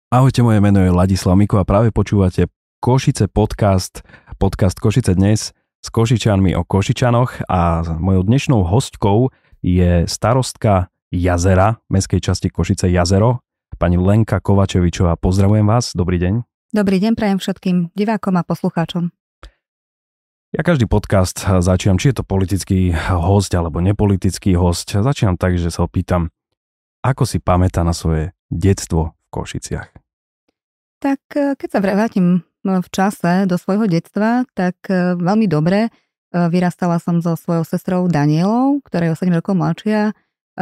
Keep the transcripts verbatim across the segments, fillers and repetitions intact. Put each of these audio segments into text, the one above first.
Ahojte, moje meno je Ladislav Miko a práve počúvate Košice podcast, podcast Košice dnes s Košičanmi o Košičanoch a mojou dnešnou hostkou je starostka Jazera, mestskej časti Košice Jazero, pani Lenka Kovačevičová. Pozdravujem vás, dobrý deň. Dobrý deň prajem všetkým divákom a poslucháčom. Ja každý podcast začínam, či je to politický host alebo nepolitický host, začínam tak, že sa opýtam, ako si pamätá na svoje detstvo v Košiciach. Tak keď sa vrátim v čase do svojho detstva, tak veľmi dobre. Vyrastala som so svojou sestrou Danielou, ktorá je o sedem rokov mladšia.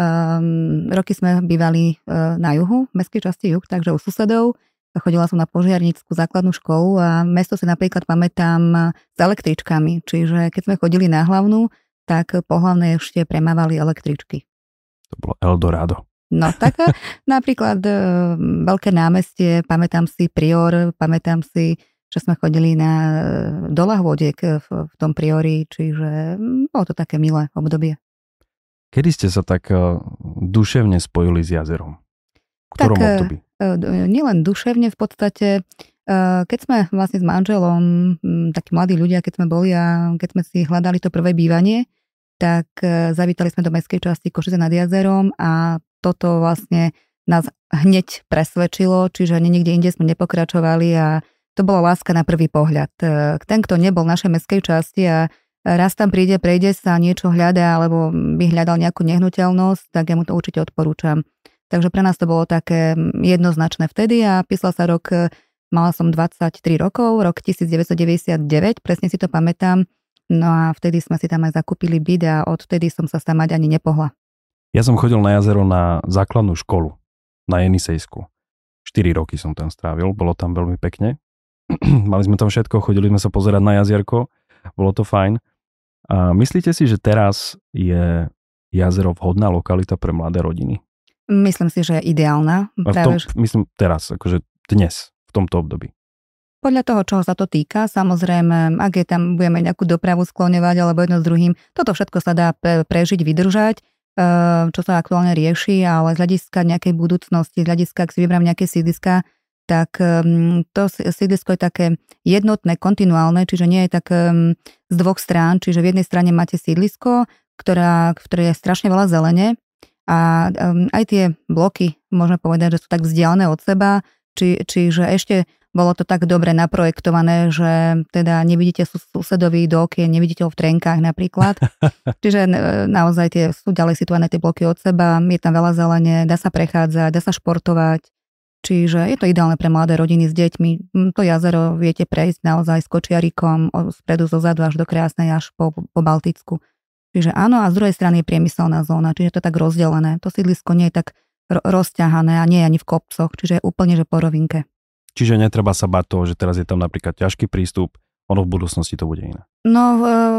Um, roky sme bývali na juhu, v mestskej časti juh, takže u susedov. Chodila som na požiarnickú základnú školu a mesto si napríklad pamätám s električkami. Čiže keď sme chodili na hlavnú, tak po hlavnej ešte premávali električky. To bolo Eldorado. No tak napríklad e, veľké námestie, pamätám si Prior, pamätám si, že sme chodili na do Lahôdiek v, v tom Priori, čiže bolo to také milé obdobie. Kedy ste sa tak uh, duševne spojili s jazerom? V ktorom tak, období? E, nielen duševne, v podstate, e, keď sme vlastne s manželom, m, takí mladí ľudia, keď sme boli a keď sme si hľadali to prvé bývanie, tak e, zavítali sme do mestskej časti Košice nad jazerom a toto vlastne nás hneď presvedčilo, čiže ani nikde inde sme nepokračovali a to bola láska na prvý pohľad. Ten, kto nebol v našej mestskej časti a raz tam príde, prejde sa, niečo hľadá alebo by hľadal nejakú nehnuteľnosť, tak ja mu to určite odporúčam. Takže pre nás to bolo také jednoznačné vtedy a písal sa rok, mala som dvadsaťtri rokov, rok devätnásťstodeväťdesiatdeväť, presne si to pamätám. No a vtedy sme si tam aj zakúpili byt a odtedy som sa tam ani nepohla. Ja som chodil na jazero na základnú školu, na Jenisejsku. štyri roky som tam strávil, bolo tam veľmi pekne. Mali sme tam všetko, chodili sme sa pozerať na jazierko, bolo to fajn. A myslíte si, že teraz je jazero vhodná lokalita pre mladé rodiny? Myslím si, že je ideálna. Práve... Tom, myslím teraz, akože dnes, v tomto období. Podľa toho, čoho sa to týka, samozrejme, ak je tam, budeme nejakú dopravu skloňovať alebo jedno s druhým, toto všetko sa dá prežiť, vydržať, čo sa aktuálne rieši, ale z hľadiska nejakej budúcnosti, z hľadiska, ak si vyberám nejaké sídliska, tak to sídlisko je také jednotné, kontinuálne, čiže nie je tak z dvoch strán, čiže v jednej strane máte sídlisko, ktorá, v ktorej je strašne veľa zelene a aj tie bloky, môžeme povedať, že sú tak vzdialené od seba, či, čiže ešte bolo to tak dobre naprojektované, že teda nevidíte susedovi do okien, nevidíte ho v trenkách napríklad. Čiže naozaj tie, sú ďalej situované tie bloky od seba, je tam veľa zelene, dá sa prechádzať, dá sa športovať. Čiže je to ideálne pre mladé rodiny s deťmi. To jazero viete prejsť naozaj s kočiarikom, spredu zo zadu až do Krásnej, až po, po Balticku. Čiže áno, a z druhej strany je priemyselná zóna, čiže to je tak rozdelené. To sídlisko nie je tak rozťahané a nie je ani v kopcoch, čiže je úplne že po rovinke. Čiže netreba sa bať toho, že teraz je tam napríklad ťažký prístup, ono v budúcnosti to bude iné. No,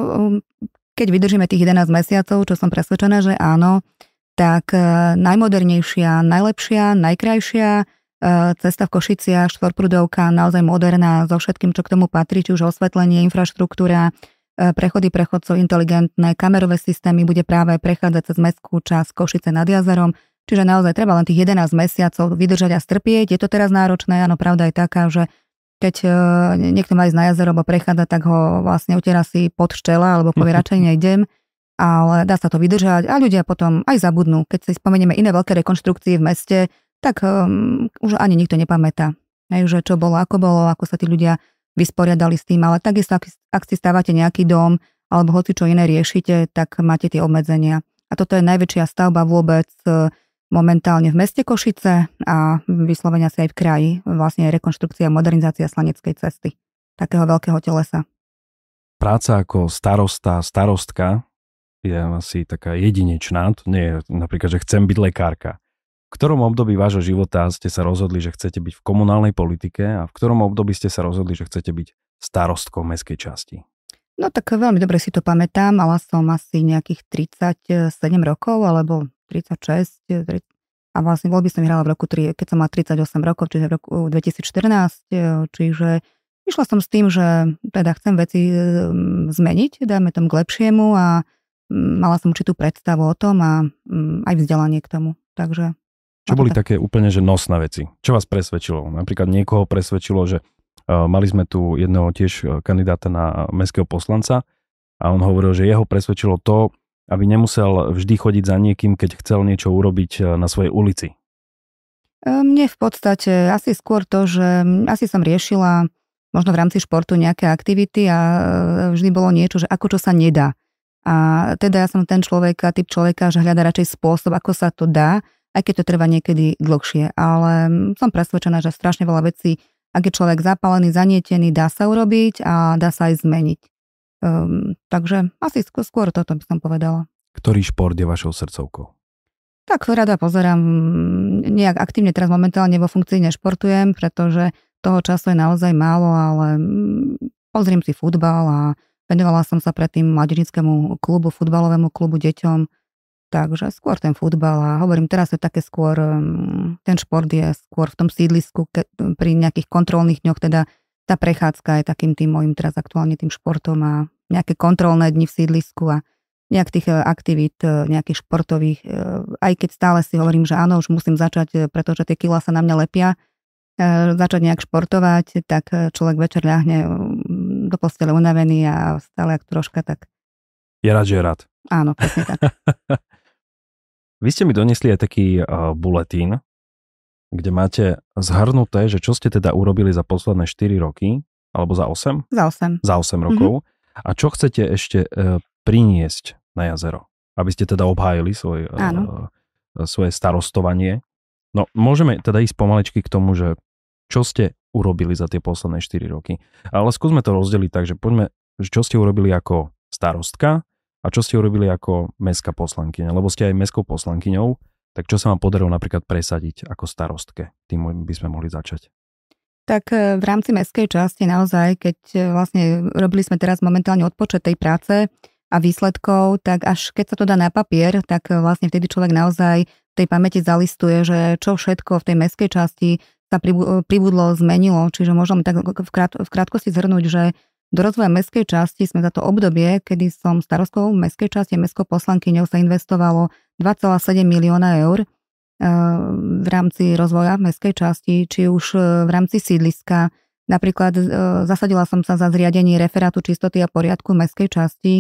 keď vydržíme tých jedenásť mesiacov, čo som presvedčená, že áno, tak najmodernejšia, najlepšia, najkrajšia cesta v Košiciach, štvorprúdovka, naozaj moderná, so všetkým, čo k tomu patrí, či už osvetlenie, infraštruktúra, prechody prechodcov inteligentné, kamerové systémy, bude práve prechádzať cez mestskú časť Košice nad jazerom. Čiže naozaj treba len tých jedenásť mesiacov vydržať a strpieť. Je to teraz náročné, áno, pravda je taká, že keď niekto má ísť na jazero alebo prechádza, tak ho vlastne utiera si pod štela alebo povie radšej nejdem, ale dá sa to vydržať a ľudia potom aj zabudnú. Keď si spomenieme iné veľké rekonštrukcie v meste, tak um, už ani nikto nepamätá, hej, že čo bolo, ako bolo, ako sa tí ľudia vysporiadali s tým, ale takisto, ak, ak si stávate nejaký dom alebo hoci čo iné riešite, tak máte tie obmedzenia. A toto je najväčšia stavba vôbec momentálne v meste Košice a vyslovene si aj v kraji, vlastne rekonštrukcia a modernizácia Slaneckej cesty, takého veľkého telesa. Práca ako starosta, starostka je asi taká jedinečná, to nie je napríklad, že chcem byť lekárka. V ktorom období vášho života ste sa rozhodli, že chcete byť v komunálnej politike a v ktorom období ste sa rozhodli, že chcete byť starostkou mestskej časti? No tak veľmi dobre si to pamätám, mala som asi nejakých tridsaťsedem rokov alebo tridsaťšesť a vlastne voľby som hrala v roku, keď som mala tridsaťosem rokov, čiže v roku dvetisícštrnásť, čiže išla som s tým, že teda chcem veci zmeniť, dajme tomu k lepšiemu a mala som určitú predstavu o tom a aj vzdelanie k tomu, takže Čo boli také úplne, že nosné veci? Čo vás presvedčilo? Napríklad niekoho presvedčilo, že uh, mali sme tu jedného tiež kandidáta na mestského poslanca a on hovoril, že jeho presvedčilo to, aby nemusel vždy chodiť za niekým, keď chcel niečo urobiť na svojej ulici. Mne v podstate asi skôr to, že asi som riešila možno v rámci športu nejaké aktivity a vždy bolo niečo, že ako čo sa nedá. A teda ja som ten človek, typ človeka, že hľadá radšej spôsob, ako sa to dá, aj keď to trvá niekedy dlhšie. Ale som presvedčená, že strašne veľa vecí, ak je človek zapálený, zanietený, dá sa urobiť a dá sa aj zmeniť. Um, takže asi skôr, skôr toto by som povedala. Ktorý šport je vašou srdcovkou? Tak rada pozerám, nejak aktívne teraz momentálne vo funkcii nešportujem, pretože toho času je naozaj málo, ale pozriem si futbal a venovala som sa predtým mládežníckemu klubu, futbalovému klubu deťom, takže skôr ten futbal a hovorím, teraz je také skôr, ten šport je skôr v tom sídlisku, ke, pri nejakých kontrolných dňoch, teda tá prechádzka je takým tým mojim teraz aktuálne tým športom a nejaké kontrolné dni v sídlisku a nejak tých aktivít, nejakých športových, aj keď stále si hovorím, že áno, už musím začať, pretože tie kilá sa na mňa lepia, začať nejak športovať, tak človek večer ľahne do postele unavený a stále ak troška, tak... Je rád, že je rád. Áno, presne tak. Vy ste mi donesli aj taký uh, buletín, kde máte zhrnuté, že čo ste teda urobili za posledné štyri roky, alebo za osem? Za osem. Za osem rokov. Mm-hmm. A čo chcete ešte uh, priniesť na jazero? Aby ste teda obhájili svoj, uh, svoje starostovanie. No, môžeme teda ísť pomaličky k tomu, že čo ste urobili za tie posledné štyri roky. Ale skúsme to rozdeliť tak, že poďme, že čo ste urobili ako starostka a čo ste urobili ako mestská poslankyňa. Lebo ste aj mestskou poslankyňou, tak čo sa vám podarilo napríklad presadiť ako starostke? Tým by sme mohli začať. Tak v rámci mestskej časti naozaj, keď vlastne robili sme teraz momentálne odpočet tej práce a výsledkov, tak až keď sa to dá na papier, tak vlastne vtedy človek naozaj v tej pamäti zalistuje, že čo všetko v tej mestskej časti sa pribudlo, zmenilo. Čiže môžeme tak v, krát, v krátkosti zhrnúť, že do rozvoja mestskej časti sme za to obdobie, kedy som starostkou mestskej časti a mestskou poslankyňou, sa investovalo dva celé sedem milióna eur v rámci rozvoja mestskej časti, či už v rámci sídliska. Napríklad zasadila som sa za zriadenie referátu čistoty a poriadku mestskej časti,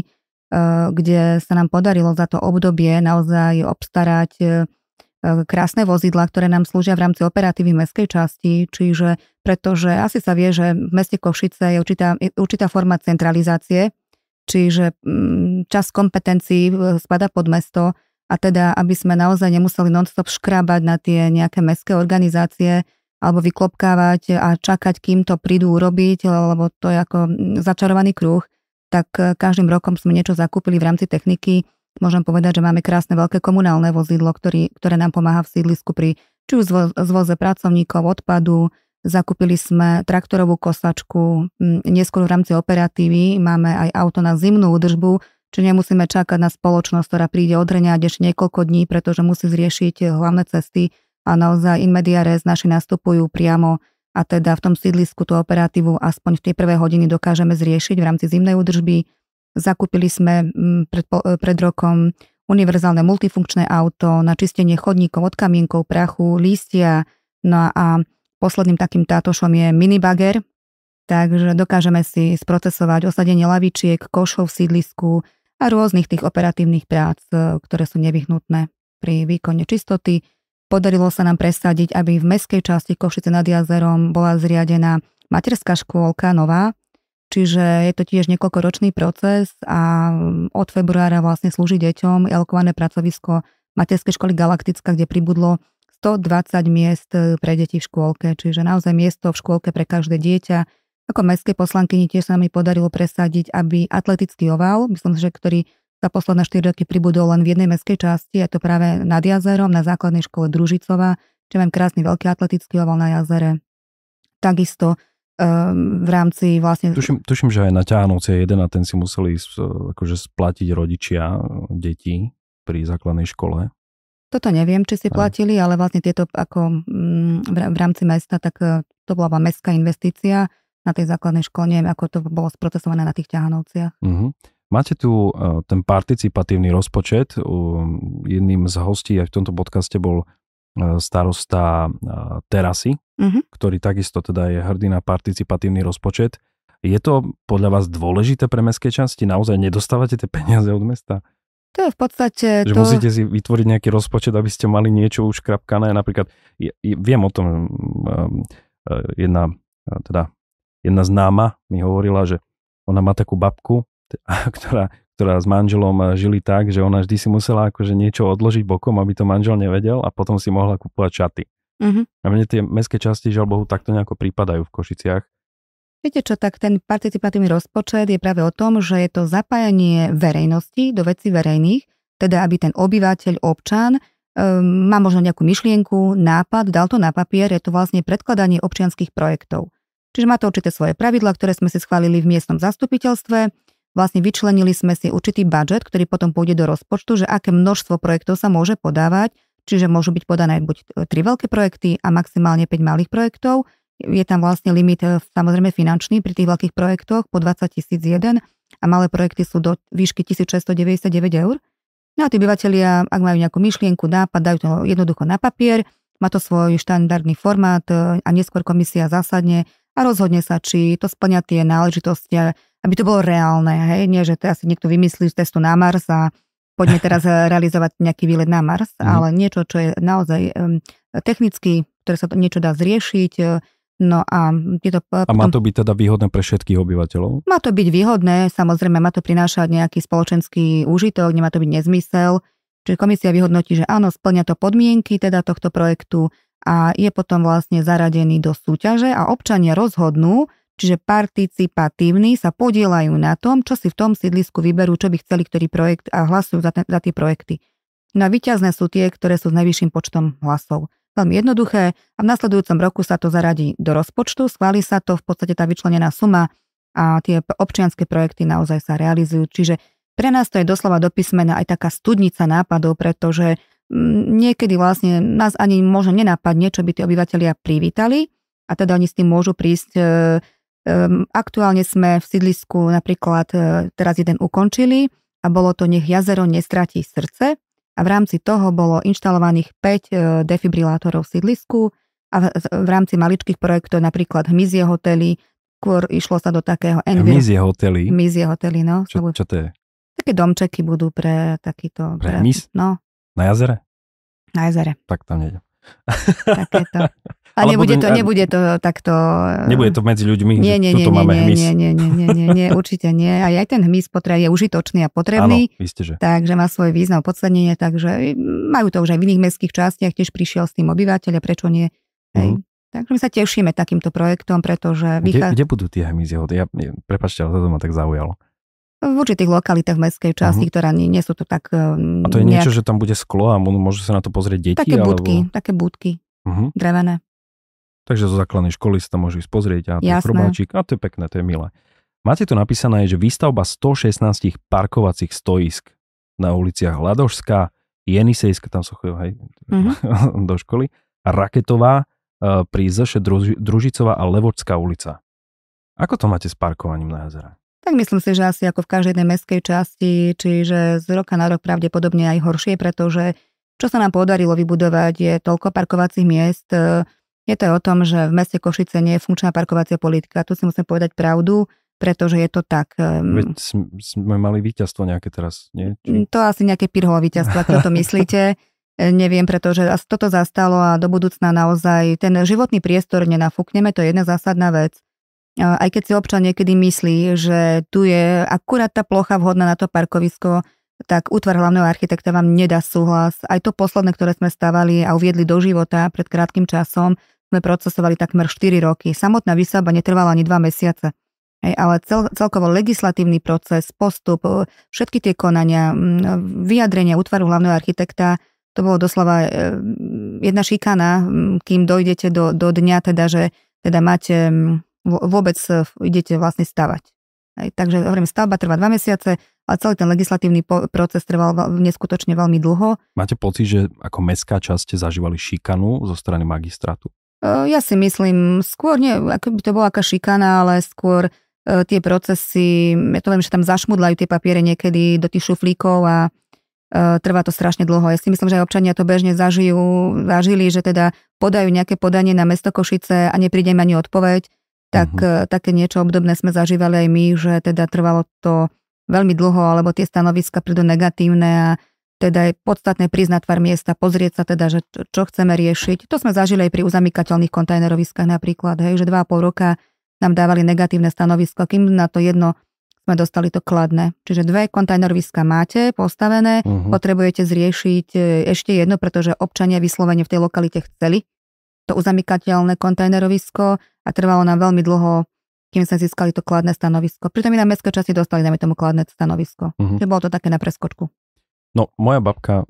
kde sa nám podarilo za to obdobie naozaj obstarať krásne vozidlá, ktoré nám slúžia v rámci operatívy mestskej časti, čiže pretože asi sa vie, že v meste Košice je určitá, určitá forma centralizácie, čiže časť kompetencií spada pod mesto a teda, aby sme naozaj nemuseli non-stop škrábať na tie nejaké mestské organizácie alebo vyklopkávať a čakať, kým to prídu urobiť, lebo to je ako začarovaný kruh, tak každým rokom sme niečo zakúpili v rámci techniky. Môžem povedať, že máme krásne veľké komunálne vozidlo, ktorý, ktoré nám pomáha v sídlisku pri či už zvoze pracovníkov, odpadu. Zakúpili sme traktorovú kosačku, neskôr v rámci operatívy máme aj auto na zimnú údržbu, či nemusíme čakať na spoločnosť, ktorá príde odreňať ešte niekoľko dní, pretože musí zriešiť hlavné cesty a naozaj in media res naši nastupujú priamo a teda v tom sídlisku tú operatívu aspoň v tej prvej hodiny dokážeme zriešiť v rámci zimnej údržby. Zakúpili sme pred, pred rokom univerzálne multifunkčné auto na čistenie chodníkov od kamienkov, prachu, lístia. No a posledným takým tátošom je minibager, takže dokážeme si sprocesovať osadenie lavičiek, košov v sídlisku a rôznych tých operatívnych prác, ktoré sú nevyhnutné pri výkone čistoty. Podarilo sa nám presadiť, aby v mestskej časti Košice nad jazerom bola zriadená materská škôlka nová. Čiže je to tiež niekoľkoročný proces a od februára vlastne slúži deťom alokované pracovisko materskej školy Galaktická, kde pribudlo stodvadsať miest pre deti v škôlke. Čiže naozaj miesto v škôlke pre každé dieťa. Ako mestskej poslankyni tiež sa mi podarilo presadiť, aby atletický oval, myslím, že ktorý za posledné štyri roky pribudol len v jednej mestskej časti, je to práve nad jazerom na základnej škole Družicová, čiže mám krásny veľký atletický oval na jazere. Takisto v rámci vlastne... Tuším, tuším, že aj na Ťahanovce jeden a ten si museli akože splatiť rodičia detí pri základnej škole. Toto neviem, či si platili, ale vlastne tieto ako v rámci mesta, tak to bola mestská investícia na tej základnej škole. Neviem, ako to bolo sprocesované na tých Ťahanovciach. Uh-huh. Máte tu ten participatívny rozpočet. Jedným z hostí aj v tomto podcaste bol starosta Terasy, uh-huh. ktorý takisto teda je hrdý na participatívny rozpočet. Je to podľa vás dôležité pre mestské časti? Naozaj nedostávate tie peniaze od mesta? To je v podstate... Že to... musíte si vytvoriť nejaký rozpočet, aby ste mali niečo už krapkané. Napríklad, je, je, viem o tom, um, jedna, teda, jedna známa mi hovorila, že ona má takú babku, ktorá, ktorá s manželom žili tak, že ona vždy si musela akože niečo odložiť bokom, aby to manžel nevedel a potom si mohla kúpovať šaty. Uh-huh. A mne tie mestské časti, žiaľ Bohu, takto nejako pripadajú v Košiciach. Viete čo, tak ten participatívny rozpočet je práve o tom, že je to zapájanie verejnosti do vecí verejných, teda aby ten obyvateľ, občan um, má možno nejakú myšlienku, nápad, dal to na papier, je to vlastne predkladanie občianskych projektov. Čiže má to určité svoje pravidlá, ktoré sme si schválili v miestnom zastupiteľstve, vlastne vyčlenili sme si určitý budžet, ktorý potom pôjde do rozpočtu, že aké množstvo projektov sa môže podávať, čiže môžu byť podané buď tri veľké projekty a maximálne päť malých projektov. Je tam vlastne limit samozrejme finančný pri tých veľkých projektoch po dvadsať tisíc jeden a malé projekty sú do výšky tisícšesťstodeväťdesiatdeväť eur. No a tí obyvatelia, ak majú nejakú myšlienku, nápad, dajú to jednoducho na papier, má to svoj štandardný formát a neskôr komisia zasadne a rozhodne sa, či to spĺňa tie náležitosti, aby to bolo reálne. Hej? Nie, že to asi niekto vymyslí z testu na Mars a poďme teraz realizovať nejaký výlet na Mars, mm. ale niečo, čo je naozaj um, technicky, ktoré sa to niečo dá zriešiť. No a, to, a má to byť teda výhodné pre všetkých obyvateľov? Má to byť výhodné, samozrejme má to prinášať nejaký spoločenský úžitok, nemá to byť nezmysel. Čiže komisia vyhodnotí, že áno, spĺňa to podmienky teda tohto projektu a je potom vlastne zaradený do súťaže a občania rozhodnú, čiže participatívni sa podieľajú na tom, čo si v tom sídlisku vyberú, čo by chceli ktorý projekt a hlasujú za, ten, za tie projekty. No a víťazné sú tie, ktoré sú s najvyšším počtom hlasov. Veľmi jednoduché a v nasledujúcom roku sa to zaradí do rozpočtu, schváli sa to v podstate tá vyčlenená suma a tie občianske projekty naozaj sa realizujú. Čiže pre nás to je doslova do písmena aj taká studnica nápadov, pretože niekedy vlastne nás ani možno nenápadne, čo by tí obyvatelia privítali a teda oni s tým môžu prísť. Aktuálne sme v sídlisku napríklad teraz jeden ukončili a bolo to Nech jazero nestratí srdce. A v rámci toho bolo inštalovaných päť defibrilátorov v sídlisku a v, v rámci maličkých projektov napríklad hmyzie hotely, skôr išlo sa do takého... Enviro... Hmyzie hotely? Hmyzie hotely, no. Čo, čo to je? Také domčeky budú pre takýto... Pre hmyz? No. Na jazere? Na jazere. Tak tam nejdem. Takéto. Ale, ale nebude, to, nebude to takto... Nebude to medzi ľuďmi, nie, nie, že tuto nie, máme nie, hmyz. Nie, nie, nie, nie, nie, nie, určite nie. A aj ten hmyz potreb je užitočný a potrebný. Áno, isté, že. Takže má svoj význam, podstatnenie, takže majú to už aj v iných mestských častiach, tiež prišiel s tým obyvateľ, prečo nie. Hej. Mm. Takže my sa tešíme takýmto projektom, pretože... Vychá... Kde, kde budú tie hmyzie? Ja, prepáčte, ale toto ma tak zaujalo. V určitých lokalitách v mestskej časti, uh-huh. ktorá nie, nie sú to tak... A to je nejak... niečo, že tam bude sklo a môžu sa na to pozrieť deti? Také alebo... budky, také budky, uh-huh. drevené. Takže zo základnej školy sa tam môžu ísť pozrieť a ten chrobáčik, a to je pekné, to je milé. Máte tu napísané, že výstavba stošestnásť parkovacích stoisk na uliciach Ladožská, Jenisejská, tam sa chodil hej, uh-huh. do školy, a Raketová pri Zše Družicová a Levočská ulica. Ako to máte s parkovaním na jazere? Tak myslím si, že asi ako v každej jednej mestskej časti, čiže z roka na rok pravdepodobne aj horšie, pretože čo sa nám podarilo vybudovať je toľko parkovacích miest. Je to o tom, že v meste Košice nie je funkčná parkovacia politika. Tu si musím povedať pravdu, pretože je to tak. Veď sme mali víťazstvo nejaké teraz, nie? Či... To asi nejaké Pirhovo víťazstvo, ako to myslíte. Neviem, pretože toto zastalo a do budúcna naozaj ten životný priestor nenafúkneme, to je jedna zásadná vec. Aj keď si občan niekedy myslí, že tu je akurát tá plocha vhodná na to parkovisko, tak útvar hlavného architekta vám nedá súhlas. Aj to posledné, ktoré sme stavali a uviedli do života pred krátkym časom, sme procesovali takmer štyri roky. Samotná výstavba netrvala ani dva mesiace. Hej, ale cel, celkovo legislatívny proces, postup, všetky tie konania, vyjadrenia útvaru hlavného architekta, to bolo doslova jedna šikana, kým dojdete do, do dňa, teda, že teda máte, vôbec idete vlastne stavať. Hej, takže hovorím, stavba trvá dva mesiace, ale celý ten legislatívny po- proces trval neskutočne veľmi dlho. Máte pocit, že ako mestská časť ste zažívali šikanu zo strany magistrátu? Ja si myslím, skôr nie, ako by to bola aká šikana, ale skôr tie procesy, ja to viem, že tam zašmudlajú tie papiere niekedy do tých šuflíkov a trvá to strašne dlho. Ja si myslím, že aj občania to bežne zažijú, zažili, že teda podajú nejaké podanie na mesto Košice a nepríde im ani odpoveď. Tak uh-huh. také niečo obdobné sme zažívali aj my, že teda trvalo to veľmi dlho, alebo tie stanoviska prídu negatívne a teda je podstatné prísť na tvár miesta, pozrieť sa teda, že čo chceme riešiť. To sme zažili aj pri uzamykateľných kontajneroviskách napríklad, hej, že dva a pol roka nám dávali negatívne stanovisko, kým na to jedno sme dostali to kladné. Čiže dve kontajneroviska máte postavené, uh-huh. potrebujete zriešiť ešte jedno, pretože občania vyslovene v tej lokalite chceli to uzamykateľné kontajnerovisko a trvalo nám veľmi dlho, kým sme získali to kladné stanovisko. Pritom my na mestskej časti dostali, dáme tomu kladné stanovisko. Uh-huh. Čiže bolo to také na preskočku. No, moja babka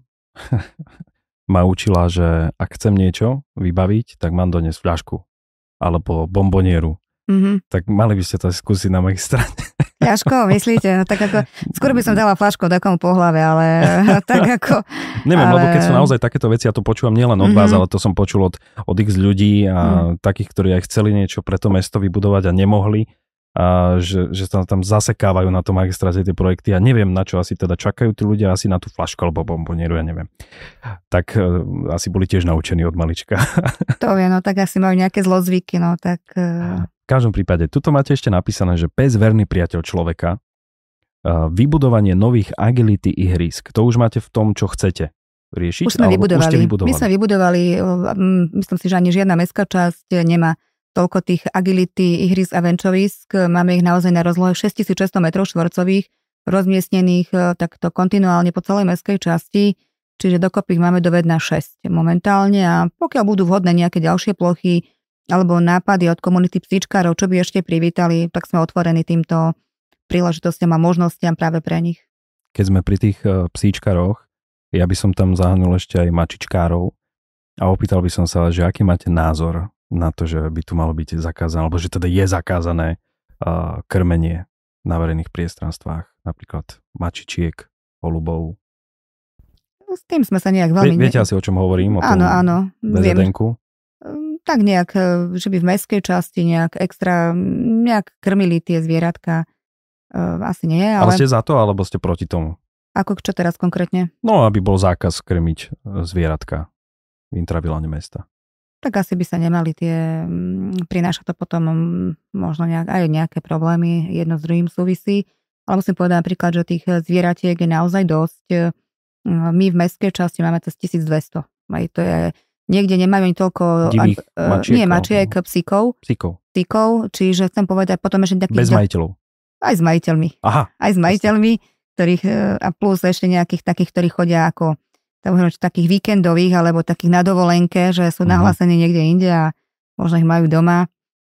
ma učila, že ak chcem niečo vybaviť, tak mám doniesť fľašku alebo bombonieru. Mm-hmm. Tak mali by ste to skúsiť na mojej strane. Ťažko, myslíte? No, tak ako, skôr by som dala fľašku takomu po hlave, ale tak ako... Neviem, ale... lebo keď sú naozaj takéto veci, ja to počúvam nielen od mm-hmm. vás, ale to som počul od, od x ľudí a mm. takých, ktorí aj chceli niečo pre to mesto vybudovať a nemohli. A že, že sa tam zasekávajú na tom magistráte tie projekty a neviem, na čo asi teda čakajú tí ľudia, asi na tú fľašku alebo bombonieru, ja neviem. Tak uh, asi boli tiež naučení od malička. To vie, no tak asi majú nejaké zlozvyky, no tak... Uh... V každom prípade, tuto máte ešte napísané, že pes verný priateľ človeka, uh, vybudovanie nových agility ihrisk, to už máte v tom, čo chcete riešiť? Už sme vybudovali. Už ste vybudovali. My sme vybudovali, myslím si, že ani žiadna mestská časť nemá toľko tých agility ihrisk a venčovisk. Máme ich naozaj na rozlohe šesťtisícšesťsto metrov štvorcových, rozmiestnených takto kontinuálne po celej mestskej časti, čiže dokopy ich máme do vedna šesť momentálne a pokiaľ budú vhodné nejaké ďalšie plochy alebo nápady od komunity psíčkarov, čo by ešte privítali, tak sme otvorení týmto príležitostiam a možnostiam práve pre nich. Keď sme pri tých psíčkaroch, ja by som tam zahrnul ešte aj mačičkárov a opýtal by som sa, že aký máte názor na to, že by tu malo byť zakázané, alebo že teda je zakázané uh, krmenie na verejných priestranstvách, napríklad mačičiek, holubov. S tým sme sa nejak veľmi... Viete asi, o čom hovorím? O áno, áno. bé zet enku? Tak nejak, že by v mestskej časti nejak extra, nejak krmili tie zvieratka. Uh, asi nie, ale... Ale ste za to, alebo ste proti tomu? Ako čo teraz konkrétne? No, aby bol zákaz krmiť zvieratka v intraviláne mesta. Tak asi by sa nemali tie, prináša to potom možno nejak, aj nejaké problémy, jedno s druhým súvisí. Ale musím povedať napríklad, že tých zvieratiek je naozaj dosť. My v mestskej časti máme cez tisícdvesto. Aj to je, niekde nemajú ani toľko... Divých mačiek? Nie, mačiek, psíkov. Psíkov. Psíkov, čiže chcem povedať potom ešte takých... Bez majiteľov. Aj s majiteľmi. Aha. Aj s majiteľmi, ktorých, a plus ešte nejakých takých, ktorí chodia ako takých víkendových alebo takých na dovolenke, že sú nahlásení niekde inde a možno ich majú doma.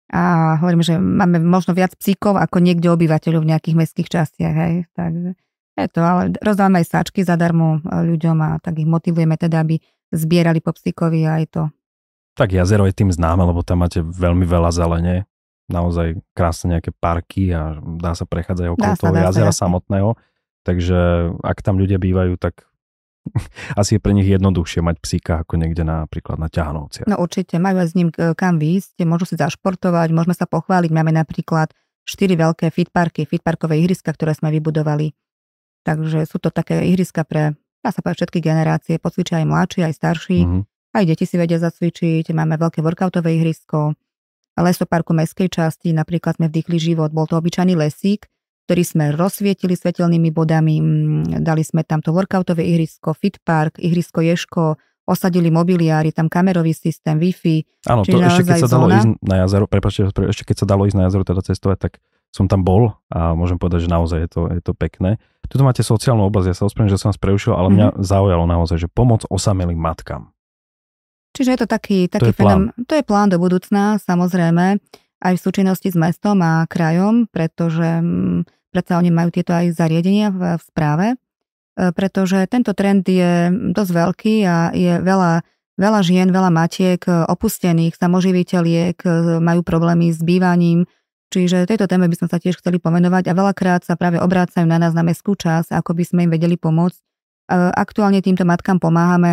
A hovorím, že máme možno viac psíkov ako niekde obyvateľov v nejakých mestských častiach. Hej. Takže je to, ale rozdávame aj sáčky zadarmo ľuďom a tak ich motivujeme teda, aby zbierali po psíkovi aj to. Tak jazero je tým známe, lebo tam máte veľmi veľa zelene. Naozaj krásne nejaké parky a dá sa prechádzať okolo toho jazera sa, samotného. Takže ak tam ľudia bývajú, tak asi je pre nich jednoduchšie mať psíka ako niekde napríklad na Ťahanovciach. No určite, majú aj s ním kam výjsť, môžu si zašportovať, môžeme sa pochváliť. Máme napríklad štyri veľké fitparky, fitparkové ihriska, ktoré sme vybudovali. Takže sú to také ihriska pre, dá sa povedať, všetky generácie, pocvičia aj mladší, aj starší. Mm-hmm. Aj deti si vedia zacvičiť, máme veľké workoutové ihrisko. V lesoparku mestskej časti napríklad sme vdýchli život, bol to obyčajný lesík, ktorý sme rozsvietili svetelnými bodami, dali sme tam to workoutové ihrisko, fitpark, ihrisko Ješko, osadili mobiliári, tam kamerový systém, Wi-Fi. Áno, to ešte keď sa dalo zóna. ísť na jazero, prepáčte, ešte keď sa dalo ísť na jazero, teda cestovať, tak som tam bol a môžem povedať, že naozaj je to, je to pekné. Tuto máte sociálnu oblasť, ja sa ospravedlňujem, že som vás preušil, ale mňa mm-hmm. zaujalo naozaj, že pomoc osamelým matkám. Čiže je to taký, taký to je fenom, to je plán do budúcna, samozrejme, aj v súčinnosti s mestom a krajom, pretože predsa oni majú tieto aj zariadenia v, v správe, pretože tento trend je dosť veľký a je veľa, veľa žien, veľa matiek opustených, samoživiteľiek, majú problémy s bývaním, čiže tejto téme by sme sa tiež chceli pomenovať a veľakrát sa práve obrácajú na nás na mestskú časť, ako by sme im vedeli pomôcť. Aktuálne týmto matkám pomáhame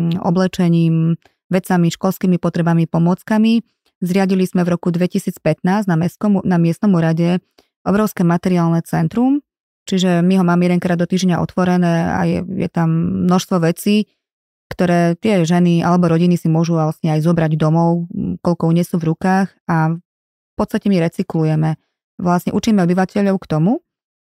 oblečením, vecami, školskými potrebami, pomôckami. Zriadili sme v roku dvetisícpätnásť na, mestskom, na miestnom úrade obrovské materiálne centrum, čiže my ho máme jedenkrát do týždňa otvorené a je, je tam množstvo vecí, ktoré tie ženy alebo rodiny si môžu vlastne aj zobrať domov, koľko unesú v rukách a v podstate my recyklujeme. Vlastne učíme obyvateľov k tomu,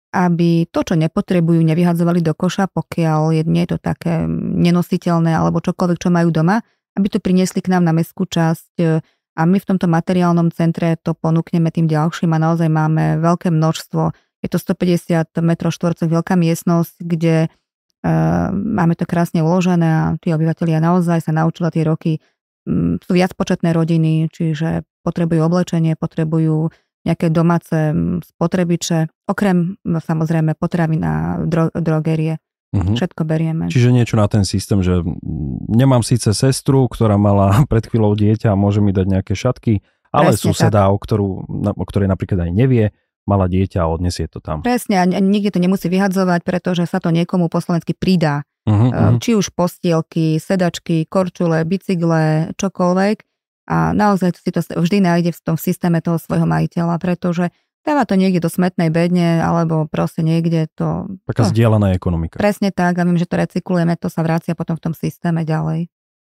aby to, čo nepotrebujú, nevyhadzovali do koša, pokiaľ je, nie je to také nenositeľné alebo čokoľvek, čo majú doma, aby to priniesli k nám na mestskú časť a my v tomto materiálnom centre to ponúkneme tým ďalším a naozaj máme veľké množstvo. Je to stopäťdesiat metrov štvorcových veľká miestnosť, kde Uh, máme to krásne uložené a tí obyvatelia naozaj sa naučili tie roky. Um, sú viac početné rodiny, čiže potrebujú oblečenie, potrebujú nejaké domáce spotrebiče, okrem samozrejme potravín a dro- drogerie. Uh-huh. Všetko berieme. Čiže niečo na ten systém, že nemám síce sestru, ktorá mala pred chvíľou dieťa a môže mi dať nejaké šatky, ale presne suseda, o, ktorú, o ktorej napríklad aj nevie, mala dieťa a odnesie to tam. Presne, a nikde to nemusí vyhadzovať, pretože sa to niekomu po slovensky pridá. Uh-huh, uh-huh. Či už postielky, sedačky, korčule, bicykle, čokoľvek. A naozaj si to vždy nájde v tom systéme toho svojho majiteľa, pretože dáva to niekde do smetnej bedne, alebo proste niekde to... Taká to, zdieľaná ekonomika. Presne tak, a viem, že to recyklujeme, to sa vracia potom v tom systéme ďalej.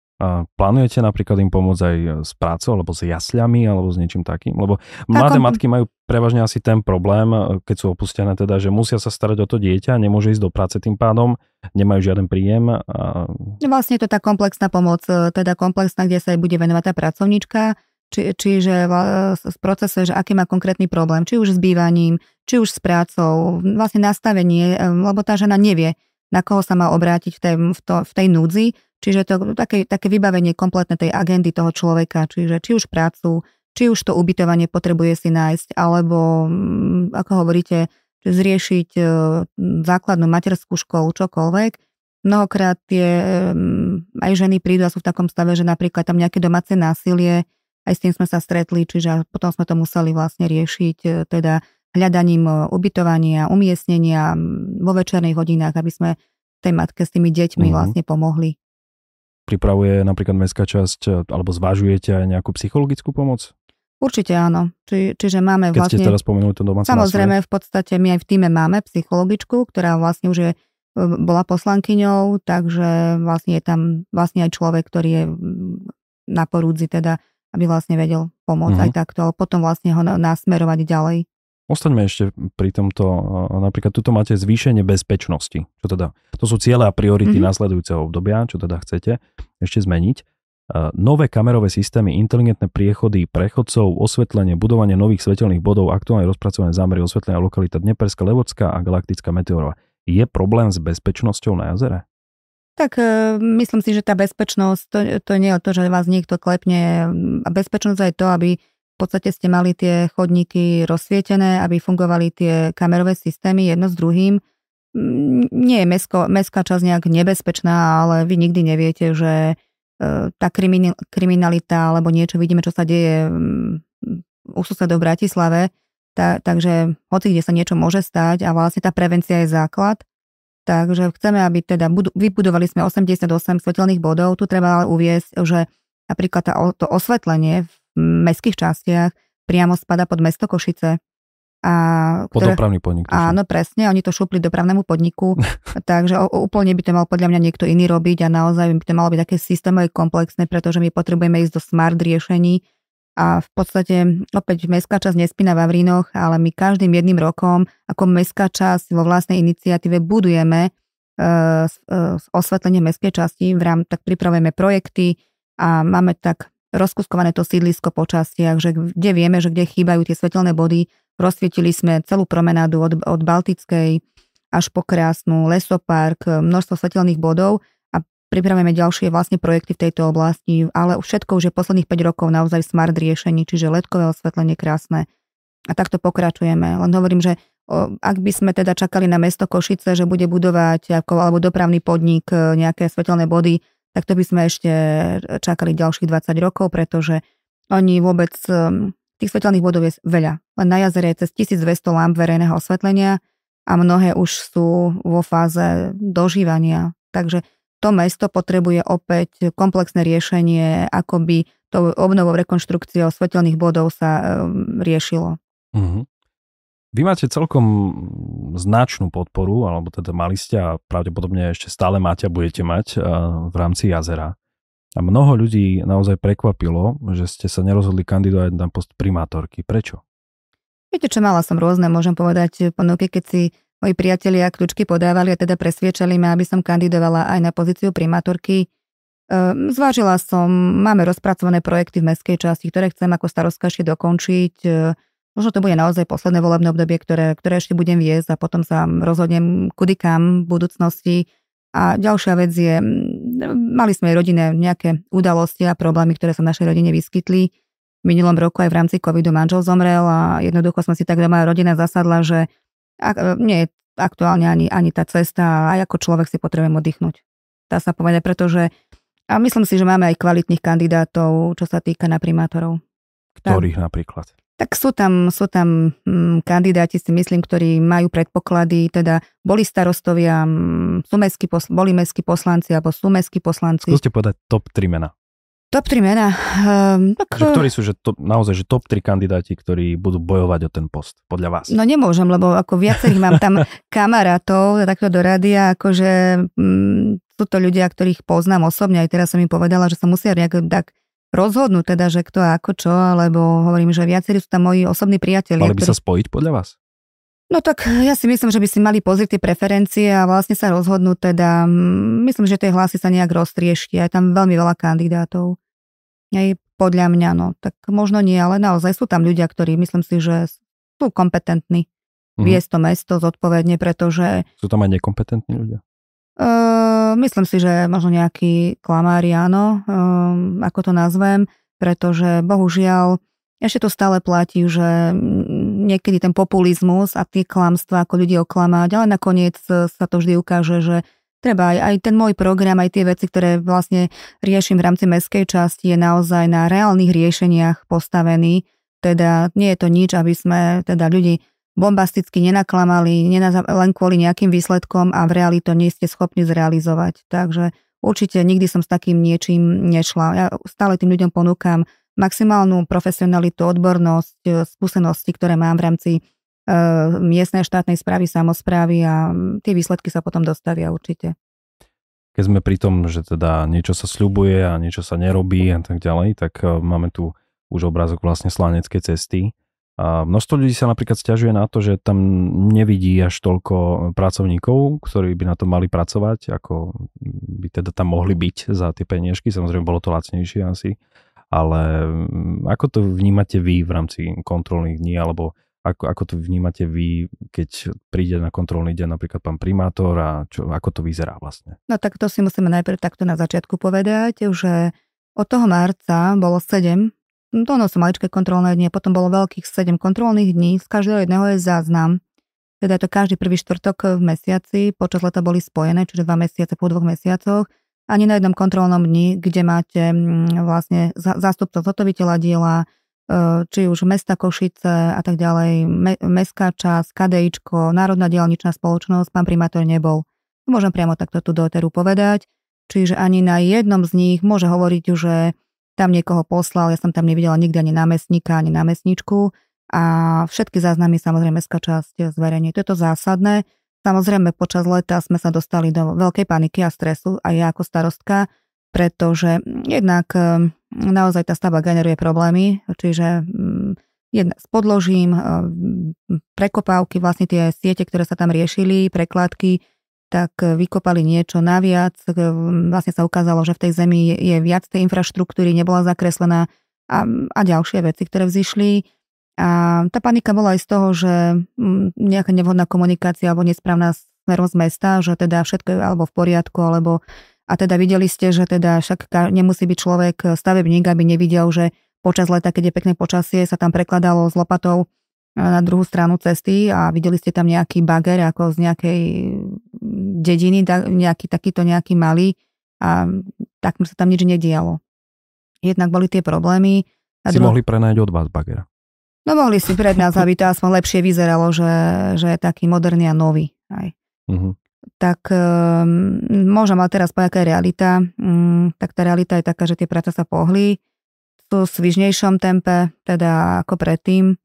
A plánujete napríklad im pomôcť aj s prácou, alebo s jasľami, alebo s niečím takým? Lebo mladé Takom... matky majú prevažne asi ten problém, keď sú opustené teda, že musia sa starať o to dieťa, nemôže ísť do práce tým pádom, nemajú žiaden príjem. A... Vlastne je to tá komplexná pomoc, teda komplexná, kde sa aj bude venovať tá pracovníčka, či, čiže v procese, že aký má konkrétny problém, či už s bývaním, či už s prácou, vlastne nastavenie, lebo tá žena nevie, na koho sa má obrátiť v tej, v to, v tej núdzi. Čiže to také, také vybavenie kompletnej tej agendy toho človeka, čiže či už prácu, či už to ubytovanie potrebuje si nájsť, alebo ako hovoríte, zriešiť základnú materskú školu, čokoľvek. Mnohokrát tie aj ženy prídu a sú v takom stave, že napríklad tam nejaké domáce násilie, aj s tým sme sa stretli, čiže potom sme to museli vlastne riešiť teda hľadaním ubytovania, umiestnenia vo večerných hodinách, aby sme tej matke s tými deťmi mm-hmm. vlastne pomohli. Pripravuje napríklad mestská časť, alebo zvažujete aj nejakú psychologickú pomoc? Určite áno. Či, čiže máme Keď vlastne... ste teraz spomenuli to domáce Samozrejme, násilie. v podstate my aj v týme máme psychologičku, ktorá vlastne už je, bola poslankyňou, takže vlastne je tam vlastne aj človek, ktorý je na porúdzi teda, aby vlastne vedel pomôcť mm-hmm. aj takto, ale potom vlastne ho nasmerovať ďalej. Ostaňme ešte pri tomto, napríklad tuto máte zvýšenie bezpečnosti, čo teda, to sú ciele a priority mm-hmm. následujúceho obdobia, čo teda chcete ešte zmeniť. Nové kamerové systémy, inteligentné priechody prechodcov, osvetlenie, budovanie nových svetelných bodov, aktuálne rozpracované zámery osvetlenia lokalita Dneperská, Levodská a Galaktická meteorová. Je problém s bezpečnosťou na jazere? Tak myslím si, že tá bezpečnosť, to, to nie je to, že vás niekto klepne. A bezpečnosť je to, aby v podstate ste mali tie chodníky rozsvietené, aby fungovali tie kamerové systémy jedno s druhým. Nie je mesko, mestská časť nejak nebezpečná, ale vy nikdy neviete, že tá kriminalita alebo niečo, vidíme, čo sa deje u susedov v Bratislave, tá, takže hoci kde sa niečo môže stať a vlastne tá prevencia je základ. Takže chceme, aby teda budu, vybudovali sme osemdesiatosem svetelných bodov. Tu treba ale uviesť, že napríklad tá, to osvetlenie v mestských častiach priamo spada pod mesto Košice. A pod ktoré, dopravný podnik. Áno, presne, oni to šupli dopravnému podniku, takže o, úplne by to mal podľa mňa niekto iný robiť a naozaj by to malo byť také systémové komplexné, pretože my potrebujeme ísť do smart riešení a v podstate opäť mestská časť nespí na Vavrínoch, ale my každým jedným rokom ako mestská časť vo vlastnej iniciatíve budujeme uh, uh, osvetlenie mestskej časti, v rám, tak pripravujeme projekty a máme tak rozkuskované to sídlisko po častiach, že kde vieme, že kde chýbajú tie svetelné body. Rozsvietili sme celú promenádu od, od Baltickej až po krásnu lesopark, množstvo svetelných bodov a pripravujeme ďalšie vlastne projekty v tejto oblasti, ale všetko už je posledných päť rokov naozaj smart riešení, čiže ledkové osvetlenie krásne. A takto pokračujeme. Len hovorím, že o, ak by sme teda čakali na mesto Košice, že bude budovať ako, alebo dopravný podnik nejaké svetelné body, tak to by sme ešte čakali ďalších dvadsať rokov, pretože oni vôbec, tých svetelných bodov je veľa. Len na jazere je cez tisícdvesto lamp verejného osvetlenia a mnohé už sú vo fáze dožívania. Takže to mesto potrebuje opäť komplexné riešenie, ako by to obnovou rekonštrukciou svetelných bodov sa um, riešilo. Mm-hmm. Vy máte celkom značnú podporu, alebo teda mali ste a pravdepodobne ešte stále máte a budete mať v rámci Jazera. A mnoho ľudí naozaj prekvapilo, že ste sa nerozhodli kandidovať na post primátorky. Prečo? Viete čo, mala som rôzne, môžem povedať, ponuky, keď si moji priatelia kľúčky podávali a teda presviečali ma, aby som kandidovala aj na pozíciu primátorky. Zvážila som, máme rozpracované projekty v mestskej časti, ktoré chcem ako starostka ešte dokončiť. Možno to bude naozaj posledné volebné obdobie, ktoré, ktoré ešte budem viesť a potom sa rozhodnem kudy kam v budúcnosti. A ďalšia vec je, mali sme rodine nejaké udalosti a problémy, ktoré sa v našej rodine vyskytli. V minulom roku aj v rámci covidu manžel zomrel a jednoducho sme si tak doma rodina zasadla, že nie je aktuálne ani, ani tá cesta a aj ako človek si potrebujem oddychnúť. Dá sa povedať, pretože a myslím si, že máme aj kvalitných kandidátov, čo sa týka na primátorov. Ktorých tak, napríklad? Tak sú tam, sú tam hm, kandidáti, si myslím, ktorí majú predpoklady, teda boli starostovia, hm, sú mestskí posl- boli mestskí poslanci, alebo sú mestskí poslanci. Skúste povedať top tri mená. Top tri mená? Um, tak, že ktorí sú že to, naozaj že top tri kandidáti, ktorí budú bojovať o ten post, podľa vás? No nemôžem, lebo ako viacerých mám tam kamarátov, takto do rádia, akože hm, sú to ľudia, ktorých poznám osobne, aj teraz som im povedala, že sa musia nejak tak rozhodnúť teda, že kto ako čo, alebo hovorím, že viacerí sú tam moji osobní priatelia. Mali by ktorí... sa spojiť podľa vás? No tak ja si myslím, že by si mali pozrieť tie preferencie a vlastne sa rozhodnúť teda, myslím, že tie hlasy sa nejak roztrieštia, je tam veľmi veľa kandidátov. Aj podľa mňa, no tak možno nie, ale naozaj sú tam ľudia, ktorí myslím si, že sú kompetentní mm-hmm. viesť to mesto zodpovedne, pretože... Sú tam aj nekompetentní ľudia? Uh, myslím si, že možno nejaký klamári, áno, um, ako to nazvem, pretože bohužiaľ ešte to stále platí, že niekedy ten populizmus a tie klamstvá, ako ľudí oklamať, ale nakoniec sa to vždy ukáže, že treba aj, aj ten môj program, aj tie veci, ktoré vlastne riešim v rámci mestskej časti, je naozaj na reálnych riešeniach postavený, teda nie je to nič, aby sme teda ľudí bombasticky nenaklamali, len kvôli nejakým výsledkom a v reáli to nie ste schopní zrealizovať. Takže určite nikdy som s takým niečím nešla. Ja stále tým ľuďom ponúkam maximálnu profesionalitu, odbornosť, skúsenosti, ktoré mám v rámci e, miestnej štátnej správy, samosprávy a tie výsledky sa potom dostavia určite. Keď sme pri tom, že teda niečo sa sľubuje a niečo sa nerobí a tak ďalej, tak máme tu už obrázok vlastne slaneckej cesty. A množstvo ľudí sa napríklad sťažuje na to, že tam nevidí až toľko pracovníkov, ktorí by na to mali pracovať, ako by teda tam mohli byť za tie peniažky. Samozrejme, bolo to lacnejšie asi. Ale ako to vnímate vy v rámci kontrolných dní, alebo ako, ako to vnímate vy, keď príde na kontrolný deň napríklad pán primátor a čo, ako to vyzerá vlastne? No tak to si musíme najprv takto na začiatku povedať, že od toho marca bolo sedem To ono sú maličké kontrolné dni, potom bolo veľkých sedem kontrolných dní, z každého jedného je záznam. Teda je to každý prvý štvrtok v mesiaci, počas leta boli spojené, čiže dva mesiace po dvoch mesiacoch. Ani na jednom kontrolnom dni, kde máte vlastne zástupcov zhotoviteľa diela, či už mesta Košice a tak ďalej, mestská časť, KDIčko, Národná diaľničná spoločnosť, pán primátor nebol. Môžem priamo takto tu do éteru povedať. Čiže ani na jednom z nich môže hovoriť, že tam niekoho poslal, ja som tam nevidela nikdy ani námestníka, ani námestničku a všetky záznamy samozrejme mestská časť zverejní. To je to zásadné. Samozrejme počas leta sme sa dostali do veľkej paniky a stresu aj ja ako starostka, pretože jednak naozaj tá stavba generuje problémy, čiže jednak s podložím, prekopávky, vlastne tie siete, ktoré sa tam riešili, prekladky, tak vykopali niečo naviac. Vlastne sa ukázalo, že v tej zemi je viac tej infraštruktúry, nebola zakreslená a, a ďalšie veci, ktoré vzýšli. A tá panika bola aj z toho, že nejaká nevhodná komunikácia alebo nesprávna smerom z mesta, že teda všetko je alebo v poriadku, alebo a teda videli ste, že teda však nemusí byť človek stavebník, aby nevidel, že počas leta, keď je pekné počasie, sa tam prekladalo s lopatou na druhú stranu cesty a videli ste tam nejaký bager ako z nejakej dediny, nejaký takýto nejaký malý a tak sa tam nič nedialo. Jednak boli tie problémy. Si dru... mohli prenajať od vás bagera. No mohli si pred nás, aby to aspoň lepšie vyzeralo, že, že je taký moderný a nový. Aj. Uh-huh. Tak um, môžem ale teraz povedať, aká je realita. Um, tak tá realita je taká, že tie práce sa pohli. Sú v svižnejšom tempe, teda ako predtým.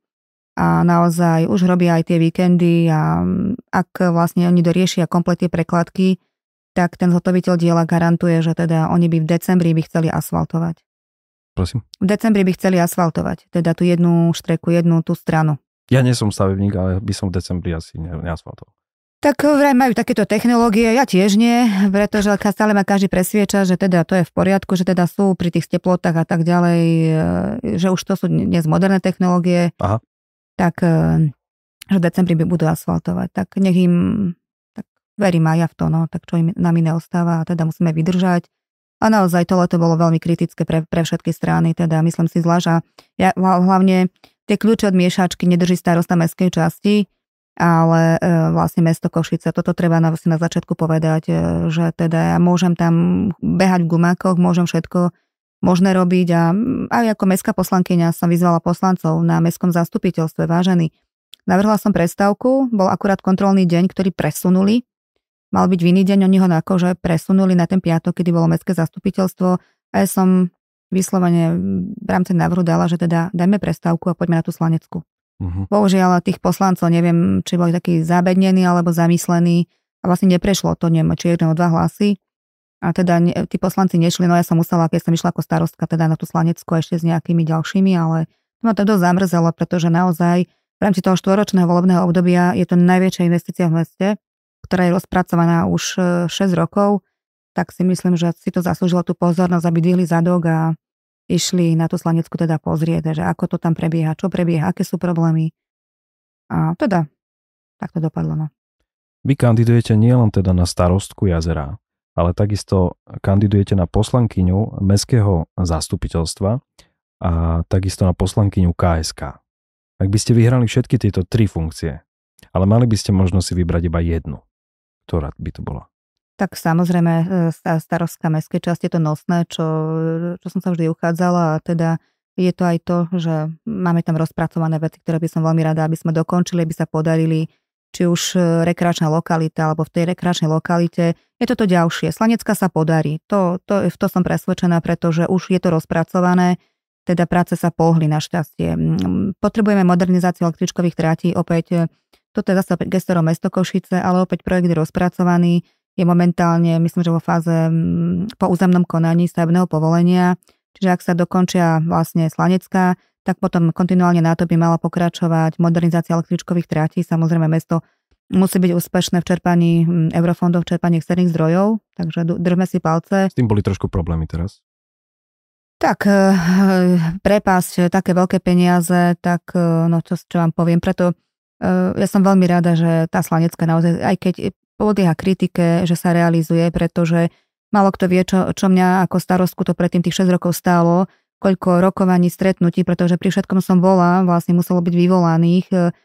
a naozaj už robia aj tie víkendy a ak vlastne oni doriešia komplet tie prekladky, tak ten zhotoviteľ diela garantuje, že teda oni by v decembri by chceli asfaltovať. Prosím? V decembri by chceli asfaltovať, teda tú jednu štreku, jednu tú stranu. Ja nie som stavebník, ale by som v decembri asi neasfaltoval. Tak vraj majú takéto technológie, ja tiež nie, pretože stále ma každý presvieča, že teda to je v poriadku, že teda sú pri tých teplotách a tak ďalej, že už to sú dnes moderné technológie, Aha. tak že v decembri by budú asfaltovať. Tak nech im, tak verím aj ja v to, no, tak čo im nám iné ostáva a teda musíme vydržať. A naozaj tohle to bolo veľmi kritické pre, pre všetky strany, teda myslím si zvlášť a ja, hlavne tie kľúče od miešačky nedrží starosta mestskej časti, ale e, vlastne mesto Košice. Toto treba na, na začiatku povedať, e, že teda ja môžem tam behať v gumákoch, môžem všetko možné robiť a aj ako mestská poslankyňa som vyzvala poslancov na mestskom zastupiteľstve. Vážený, navrhla som prestávku, bol akurát kontrolný deň, ktorý presunuli. Mal byť v iný deň, oni ho akože presunuli na ten piatok, kedy bolo mestské zastupiteľstvo a ja som vyslovene v rámci návrhu dala, že teda dajme prestávku a poďme na tú Slanecku. Uh-huh. Bohužiaľ tých poslancov, neviem, či boli takí zabednení alebo zamyslení a vlastne neprešlo to, neviem, či jedno o dva hlasy. A teda ne, tí poslanci nešli, no ja som musela, keď som išla ako starostka teda na tú Slanecku ešte s nejakými ďalšími, ale to ma to dosť zamrzelo, pretože naozaj v rámci toho štvoročného volebného obdobia je to najväčšia investícia v meste, ktorá je rozpracovaná už šesť rokov, tak si myslím, že si to zaslúžilo tú pozornosť, aby dvihli zadok a išli na tú Slanecku teda pozrieť, že ako to tam prebieha, čo prebieha, aké sú problémy. A teda, tak to dopadlo. No. Vy kandidujete nielen teda na starostku Jazera, ale takisto kandidujete na poslankyňu mestského zastupiteľstva a takisto na poslankyňu ká es ká. Ak by ste vyhrali všetky tieto tri funkcie, ale mali by ste možno si vybrať iba jednu, ktorá by to bola? Tak samozrejme, starostka mestskej časti je to nosné, čo, čo som sa vždy uchádzala a teda je to aj to, že máme tam rozpracované veci, ktoré by som veľmi rada, aby sme dokončili, aby sa podarili, či už rekreačná lokalita, alebo v tej rekreačnej lokalite. Je toto ďalšie. Slanecka sa podarí. To, to, v to som presvedčená, pretože už je to rozpracované, teda práce sa pohli našťastie. Potrebujeme modernizáciu električkových trátí, opäť toto je zase gestorom mesto Košice, ale opäť projekt je rozpracovaný. Je momentálne, myslím, že vo fáze po územnom konaní stavebného povolenia. Čiže ak sa dokončia vlastne Slanecká, tak potom kontinuálne na to by mala pokračovať modernizácia električkových trátí. Samozrejme mesto musí byť úspešné v čerpaní eurofondov, v čerpaní externých zdrojov, takže držme si palce. S tým boli trošku problémy teraz. Tak, prepásť také veľké peniaze, tak no čo, čo vám poviem, preto ja som veľmi rada, že tá Slanecká naozaj, aj keď podlieha kritike, že sa realizuje, pretože málo kto vie, čo, čo mňa ako starostku to predtým tých šesť rokov stálo, koľko rokovaní, stretnutí, pretože pri všetkom som bola, vlastne muselo byť vyvolaných,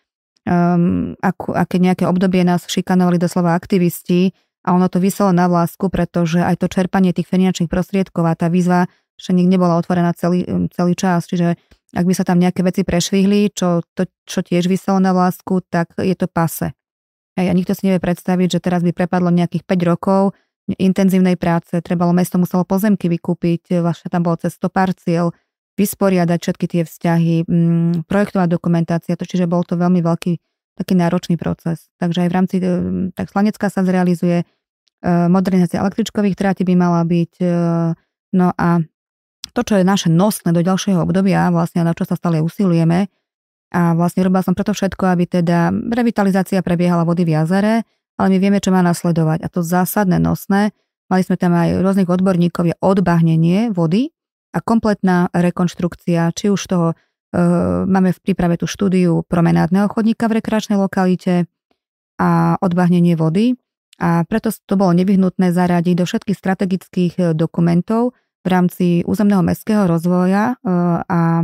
um, ako, aké nejaké obdobie nás šikanovali doslova aktivisti a ono to viselo na vlásku, pretože aj to čerpanie tých finančných prostriedkov a tá výzva však nebola otvorená celý, celý čas, čiže ak by sa tam nejaké veci prešvihli, čo, to, čo tiež viselo na vlásku, tak je to pase. A nikto si nevie predstaviť, že teraz by prepadlo nejakých päť rokov intenzívnej práce, trebalo, mesto muselo pozemky vykúpiť, vlastne tam bolo cez sto parciel, vysporiadať všetky tie vzťahy, projektová dokumentácia, to, čiže bol to veľmi veľký, taký náročný proces. Takže aj v rámci, tak Slanecká sa zrealizuje, modernizácia električkových tráti by mala byť, no a to, čo je naše nosné do ďalšieho obdobia, vlastne na čo sa stále usilujeme, a vlastne robila som preto všetko, aby teda revitalizácia prebiehala vody v jazere, ale my vieme, čo má nasledovať. A to zásadné nosné, mali sme tam aj rôznych odborníkov, je odbahnenie vody a kompletná rekonštrukcia, či už toho, e, máme v príprave tú štúdiu promenádneho chodníka v rekreačnej lokalite a odbahnenie vody. A preto to bolo nevyhnutné zaradiť do všetkých strategických dokumentov v rámci územného mestského rozvoja e, a e,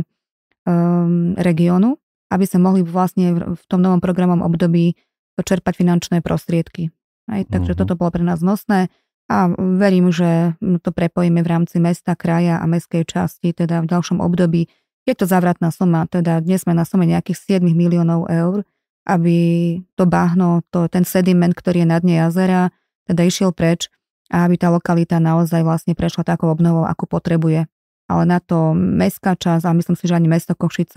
regiónu, aby sme mohli vlastne v tom novom programovom období čerpať finančné prostriedky. Aj, takže uh-huh. toto bolo pre nás nosné a verím, že to prepojíme v rámci mesta, kraja a mestskej časti, teda v ďalšom období. Je to závratná suma, teda dnes sme na sume nejakých sedem miliónov eur, aby to bahno, to, ten sediment, ktorý je na dne jazera, teda išiel preč a aby tá lokalita naozaj vlastne prešla takou obnovou, akú potrebuje. Ale na to mestská časť, a myslím si, že ani mesto Košice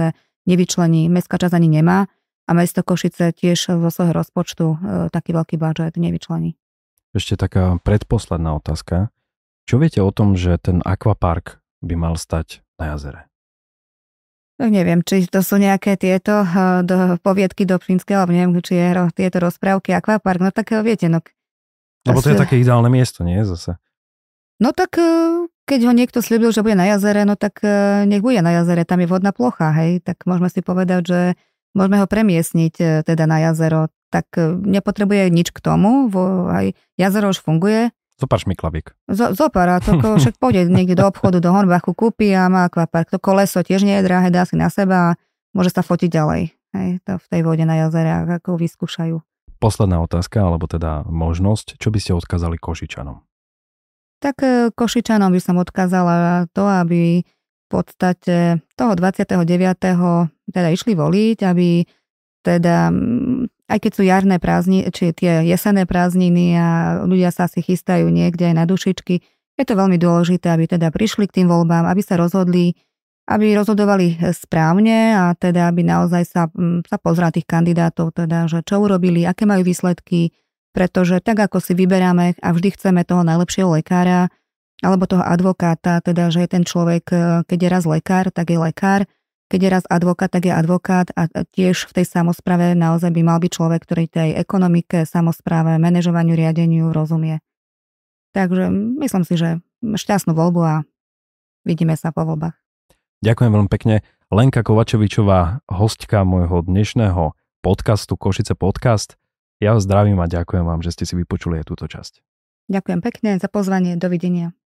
nevyčlení, mestská časť ani nemá a mesto Košice tiež zo svojho rozpočtu taký veľký budžet nevyčlení. Ešte taká predposledná otázka. Čo viete o tom, že ten akvapark by mal stať na jazere? Tak neviem, či to sú nejaké tieto do, poviedky do Pšinského, alebo neviem, či je tieto rozprávky, akvapark, no tak viete, no. Lebo to je také ideálne miesto, nie zase? No tak keď ho niekto sľúbil, že bude na jazere, no tak nech bude na jazere, tam je vodná plocha, hej, tak môžeme si povedať, že môžeme ho premiestniť teda na jazero, tak nepotrebuje nič k tomu, aj jazero už funguje. Zopár šmiklavík. Z, zopár, a to však pôjde niekde do obchodu, do Hornbachu, kúpi a má akvapark. To koleso tiež nie je drahé, dá si na seba a môže sa fotiť ďalej. Hej, to v tej vode na jazere, ako vyskúšajú. Posledná otázka, alebo teda možnosť, čo by ste odkázali Košičanom? Tak Košičanom by som odkázala to, aby v podstate toho dvadsiateho deviateho teda išli voliť, aby teda aj keď sú jarné prázdniny, či tie jesenné prázdniny a ľudia sa si chystajú niekde aj na dušičky, je to veľmi dôležité, aby teda prišli k tým voľbám, aby sa rozhodli, aby rozhodovali správne a teda aby naozaj sa, sa pozreli tých kandidátov, teda, že čo urobili, aké majú výsledky, pretože tak ako si vyberáme a vždy chceme toho najlepšieho lekára alebo toho advokáta, teda že je ten človek, keď je raz lekár, tak je lekár, keď je raz advokát, tak je advokát a tiež v tej samospráve naozaj by mal byť človek, ktorý tej ekonomike, samospráve, manažovaniu, riadeniu rozumie. Takže myslím si, že šťastnú voľbu a vidíme sa po voľbách. Ďakujem veľmi pekne. Lenka Kovačevičová, hostka môjho dnešného podcastu Košice Podcast. Ja vás zdravím a ďakujem vám, že ste si vypočuli aj túto časť. Ďakujem pekne za pozvanie. Dovidenia.